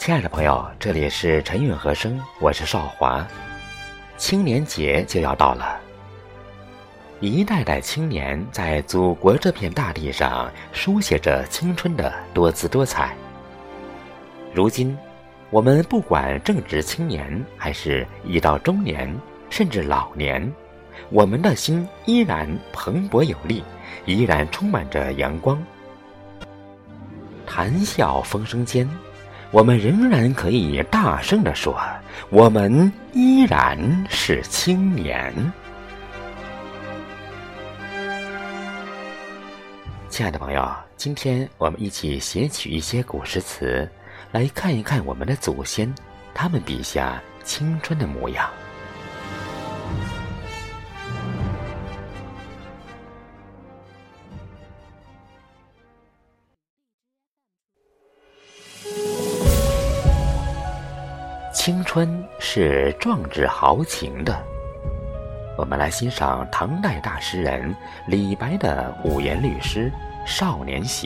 亲爱的朋友，这里是陈韵和声，我是少华。青年节就要到了，一代代青年在祖国这片大地上书写着青春的多姿多彩。如今，我们不管正值青年，还是已到中年，甚至老年，我们的心依然蓬勃有力，依然充满着阳光。谈笑风生间，我们仍然可以大声地说，我们依然是青年。亲爱的朋友，今天我们一起写取一些古诗词，来看一看我们的祖先，他们笔下青春的模样。青春是壮志豪情的，我们来欣赏唐代大诗人李白的五言律诗《少年行》。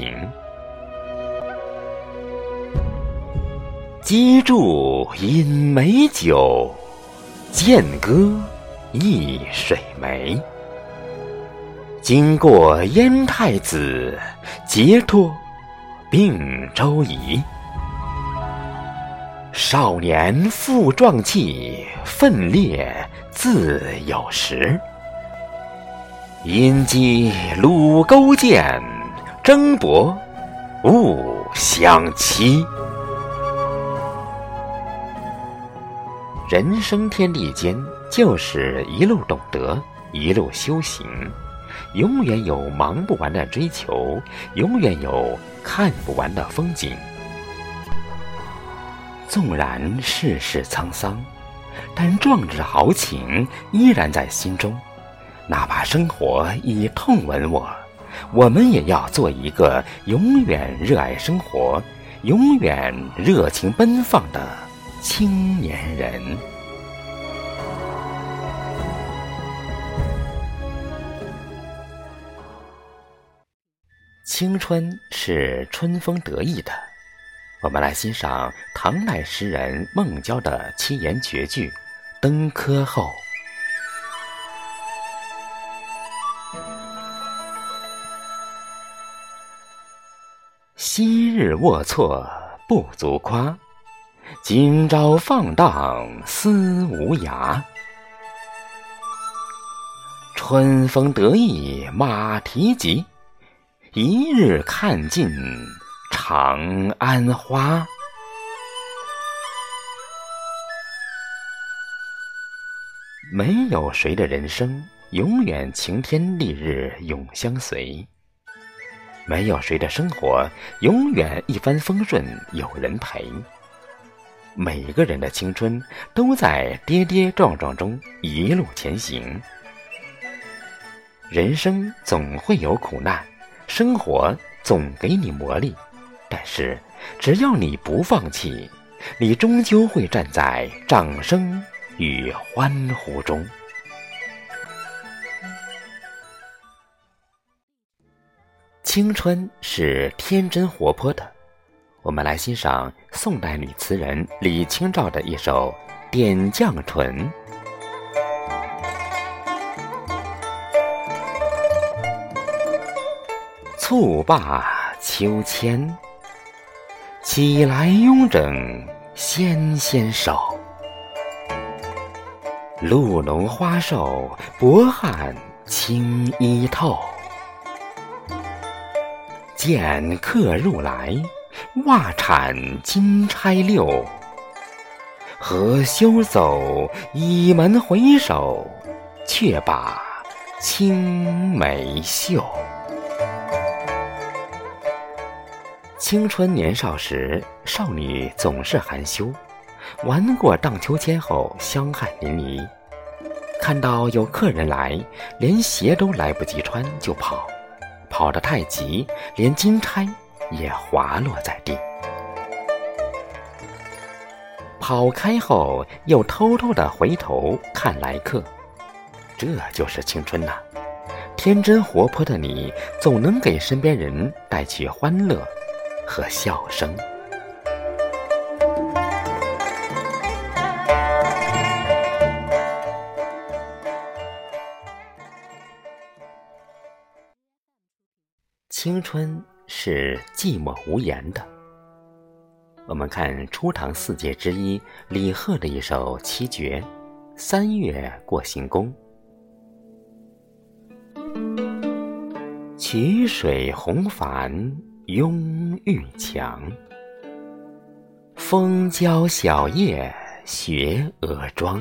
击筑饮美酒，剑歌忆水眉。经过燕太子，节脱并州夷。少年负壮气，奋烈自有时。因击鲁钩剑，争夺勿相欺。人生天地间，就是一路懂得，一路修行，永远有忙不完的追求，永远有看不完的风景。纵然世事沧桑，但壮志豪情依然在心中。哪怕生活以痛吻我，我们也要做一个永远热爱生活、永远热情奔放的青年人。青春是春风得意的，我们来欣赏唐代诗人孟郊的七言绝句《登科后》。昔日龌龊不足夸，今朝放荡思无涯。春风得意马蹄疾，一日看尽长安花。没有谁的人生永远晴天丽日永相随，没有谁的生活永远一帆风顺有人陪。每个人的青春都在跌跌撞撞中一路前行。人生总会有苦难，生活总给你磨砺，但是只要你不放弃，你终究会站在掌声与欢呼中。青春是天真活泼的，我们来欣赏宋代女词人李清照的一首《点绛唇》。蹴罢秋千，起来慵整纤纤手。露浓花瘦，薄汗轻衣透。见客入来，袜铲金钗溜。何休走，倚门回首，却把青梅嗅。青春年少时，少女总是含羞，玩过荡秋千后香汗淋漓，看到有客人来，连鞋都来不及穿就跑，跑得太急，连金钗也滑落在地。跑开后又偷偷地回头看来客，这就是青春呐！天真活泼的你，总能给身边人带去欢乐和笑声。 青春是寂寞无言的。我们看初唐四杰之一李贺的一首七绝《三月过行宫》。曲水红帆拥玉墙，风娇小叶学娥妆。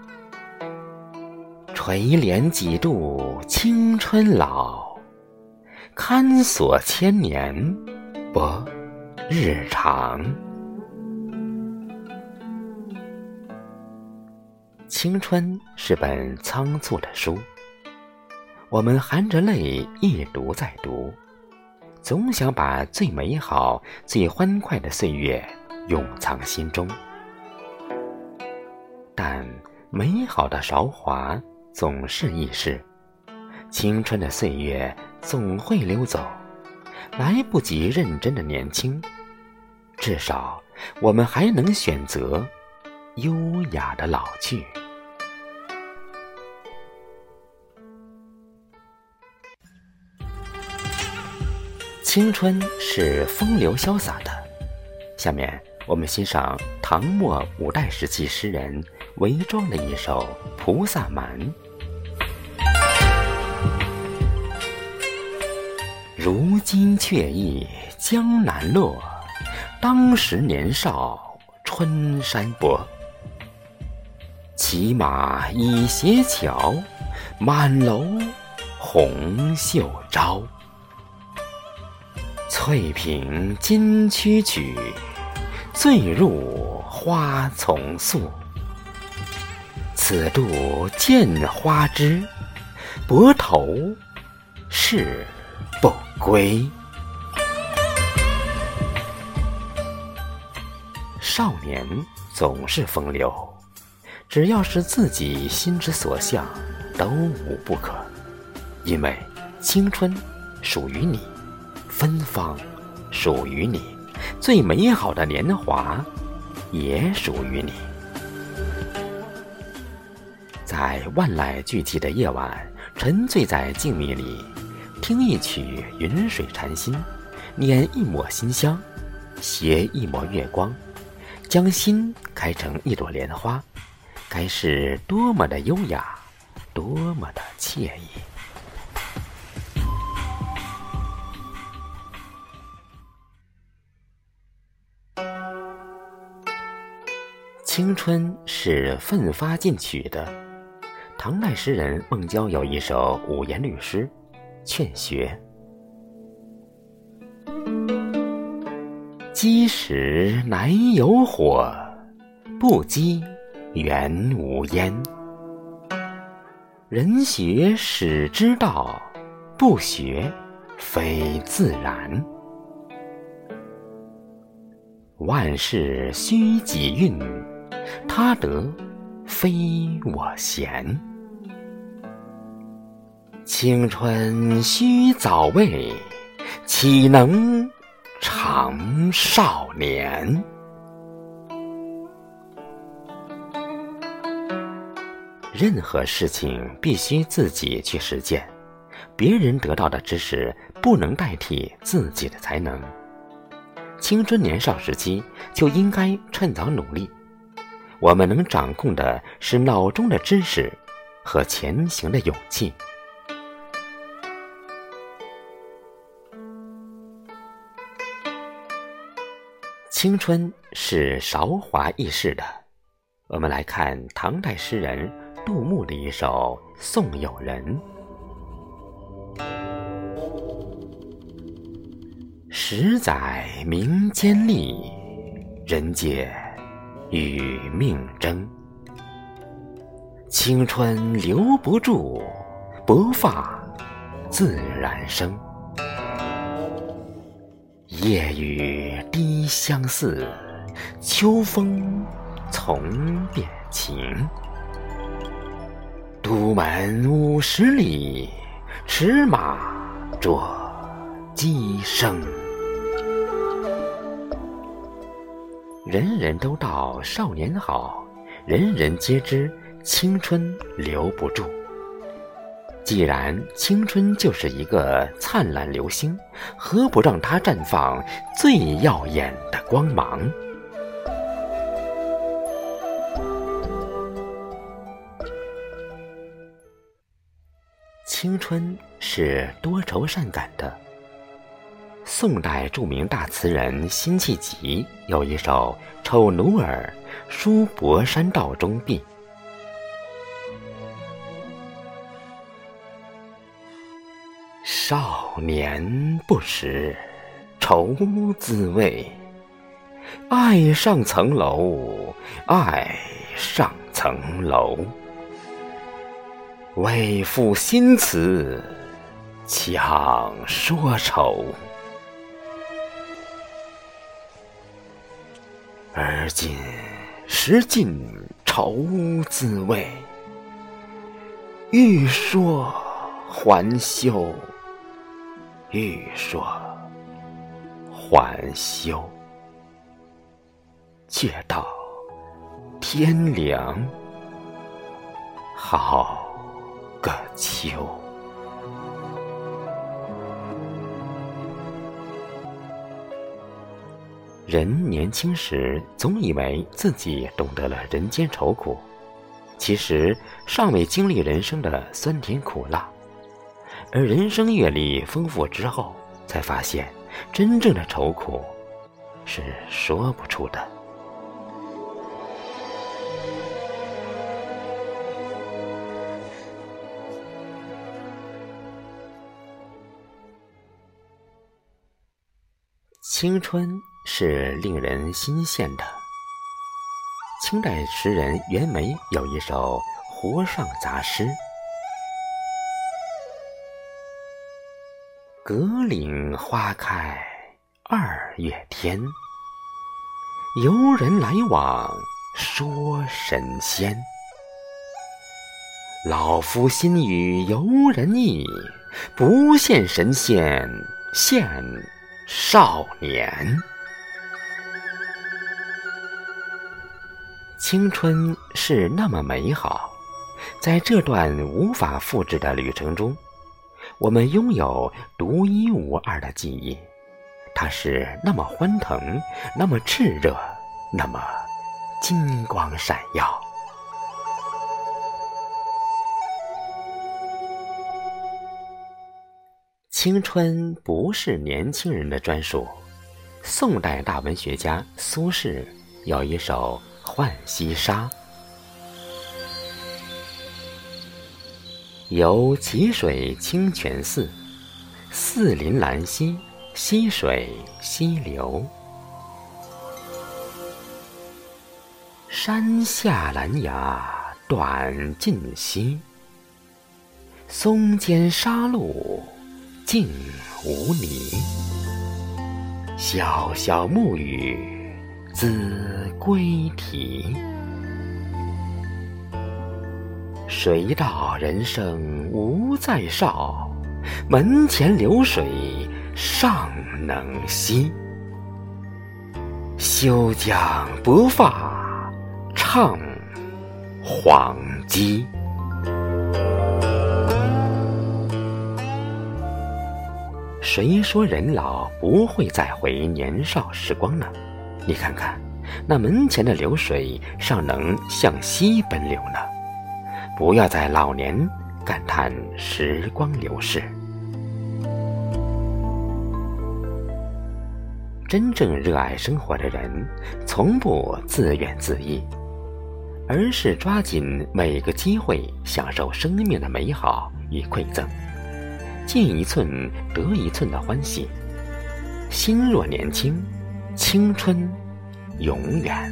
垂帘几度青春老，看锁千年不日长。青春是本仓促的书，我们含着泪一读再读，总想把最美好、最欢快的岁月永藏心中。但美好的韶华总是易逝，青春的岁月总会溜走，来不及认真的年轻。至少我们还能选择优雅的老去。青春是风流潇洒的。下面我们欣赏唐末五代时期诗人韦庄的一首《菩萨蛮》。如今却忆江南落，当时年少春山薄。骑马倚斜桥，满楼红袖招。翠屏金曲曲，醉入花丛宿。此度见花枝，泊头是不归。少年总是风流，只要是自己心之所向，都无不可。因为青春属于你，芬芳属于你，最美好的年华也属于你。在万籁俱寂的夜晚，沉醉在静谧里，听一曲云水禅心，捻一抹馨香，携一抹月光，将心开成一朵莲花，该是多么的优雅，多么的惬意。青春是奋发进取的。唐代诗人孟郊有一首五言律诗《劝学》。积时乃有火，不积原无烟。人学始知道，不学非自然。万事须己运，他得非我闲。青春须早慰，岂能长少年？任何事情必须自己去实践，别人得到的知识不能代替自己的才能。青春年少时期就应该趁早努力，我们能掌控的是脑中的知识和前行的勇气。青春是韶华易逝的。我们来看唐代诗人杜牧的一首《送友人》。十载民间历，人界与命争。青春留不住，薄发自然生。夜雨滴相似，秋风从变晴。都门50里，驰马着鸡声。人人都道少年好，人人皆知青春留不住。 既然青春就是一个灿烂流星，何不让它绽放最耀眼的光芒？青春是多愁善感的。宋代著名大词人辛弃疾有一首《丑奴儿·书博山道中壁》。少年不识愁滋味，爱上层楼，爱上层楼。为赋新词强说愁，而今识尽愁滋味，欲说还休，欲说还休。却道天凉，好个秋。人年轻时总以为自己懂得了人间愁苦，其实尚未经历人生的酸甜苦辣，而人生阅历丰富之后，才发现真正的愁苦是说不出的。青春是令人心羡的。清代诗人袁枚有一首《湖上杂诗》：葛岭花开2月天，游人来往说神仙。老夫心与游人意，不羡神仙羡少年。青春是那么美好，在这段无法复制的旅程中，我们拥有独一无二的记忆，它是那么欢腾，那么炽热，那么金光闪耀。青春不是年轻人的专属。宋代大文学家苏轼有一首《浣溪沙》：游淇水清泉寺，寺临兰溪，溪水西流。山下兰芽短近稀，松间沙路净无泥。小小木鱼子规啼，谁道人生无再少，门前流水尚能西。休将薄发唱黄鸡。谁说人老不会再回年少时光呢？你看看，那门前的流水尚能向西奔流呢。不要在老年感叹时光流逝。真正热爱生活的人，从不自怨自艾，而是抓紧每个机会享受生命的美好与馈赠，进一寸得一寸的欢喜。心若年轻，青春永远。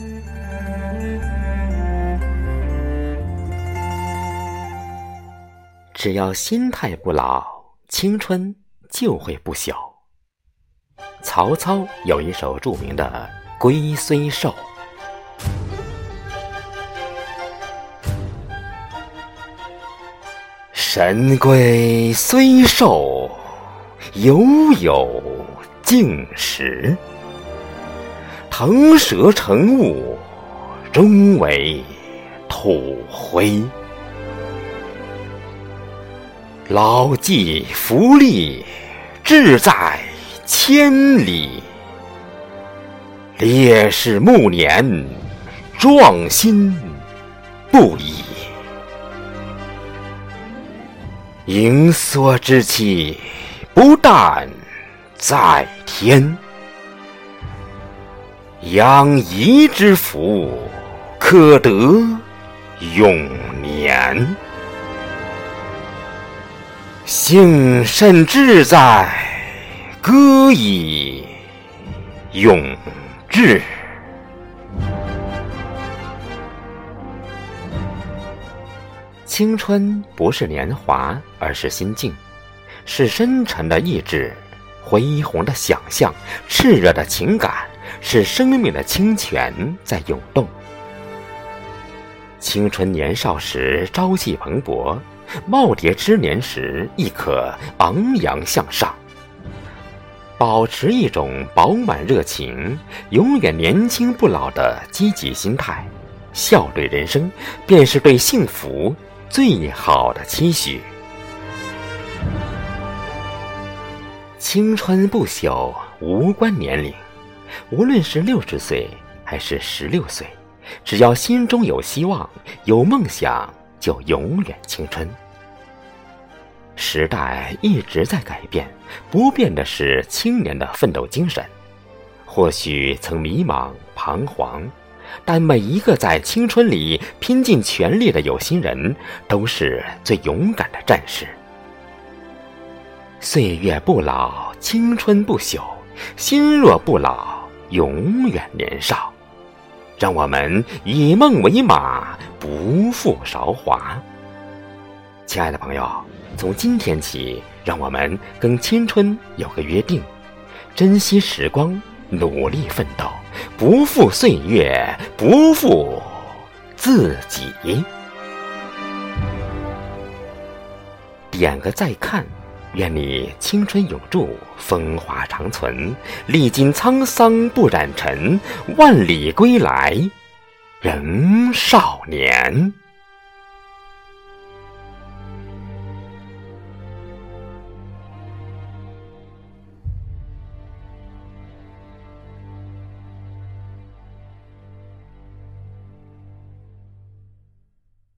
只要心态不老，青春就会不朽。曹操有一首著名的《龟虽寿》：神龟虽寿，犹有竟时。腾蛇乘雾，终为土灰。 牢记福利，志在千里。烈士暮年，壮心不已。盈缩之气，不但在天，养怡之福，可得永年。幸甚至在，歌以咏志。青春不是年华，而是心境，是深沉的意志，恢宏的想象，炽热的情感，是生命的清泉在涌动。青春年少时朝气蓬勃，耄耋之年时亦可昂扬向上。保持一种饱满热情，永远年轻不老的积极心态，笑对人生，便是对幸福最好的期许。青春不朽，无关年龄，无论是60岁还是16岁，只要心中有希望，有梦想，就永远青春。时代一直在改变，不变的是青年的奋斗精神。或许曾迷茫彷徨，但每一个在青春里拼尽全力的有心人，都是最勇敢的战士。岁月不老，青春不朽，心若不老，永远年少。让我们以梦为马，不负韶华。亲爱的朋友，从今天起，让我们跟青春有个约定，珍惜时光，努力奋斗，不负岁月，不负自己。点个再看，愿你青春永驻，风华长存，历经沧桑不染尘，万里归来仍少年。